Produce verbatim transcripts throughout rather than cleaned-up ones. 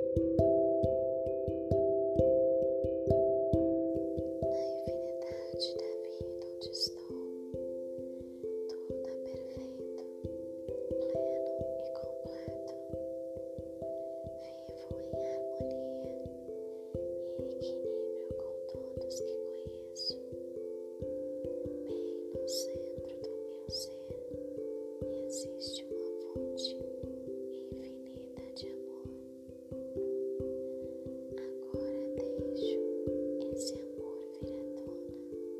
infinidade da vida onde estou, tudo é perfeito, pleno e completo. Vivo em harmonia e equilíbrio com todos que conheço. Bem no centro do meu ser existe uma fonte infinita de amor. Agora deixo esse amor vir à tona.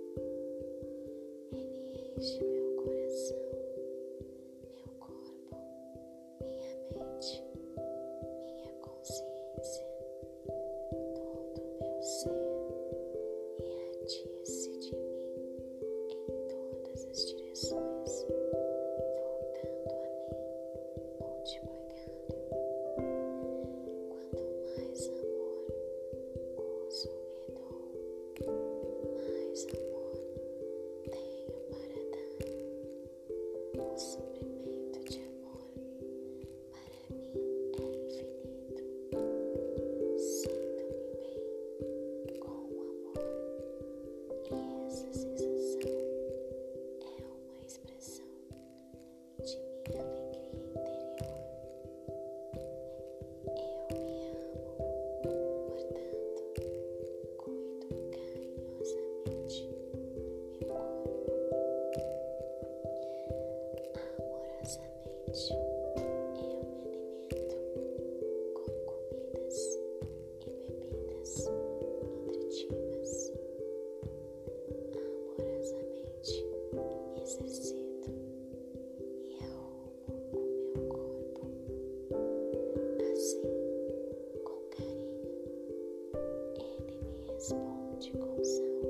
Ele enche meu coração, meu corpo, minha mente, minha consciência, todo o meu ser, e irradia-se de mim em todas as direções, voltando a mim multiplicado. Quanto mais amor uso e dou, mais amor tenho para dar. O suprimento de amor para mim é infinito. Sinto-me bem com o amor, e essa sensação é uma expressão de minha alegria interior. Eu me amo, portanto, cuido carinhosamente do meu corpo. Amorosamente, eu me alimento com comidas e bebidas nutritivas. Amorosamente, me exercito e arrumo o meu corpo. Assim, com carinho, ele me responde com saúde.